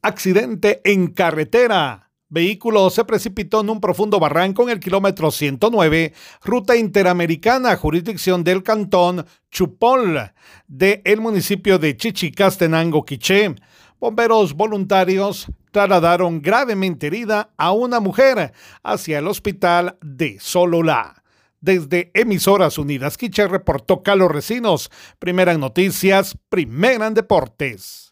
Accidente en carretera. Vehículo se precipitó en un profundo barranco en el kilómetro 109, ruta interamericana, jurisdicción del cantón Chupol, del municipio de Chichicastenango, Quiché. Bomberos voluntarios trasladaron gravemente herida a una mujer hacia el hospital de Sololá. Desde Emisoras Unidas Quiché reportó Carlos Recinos, primera en noticias, primera en deportes.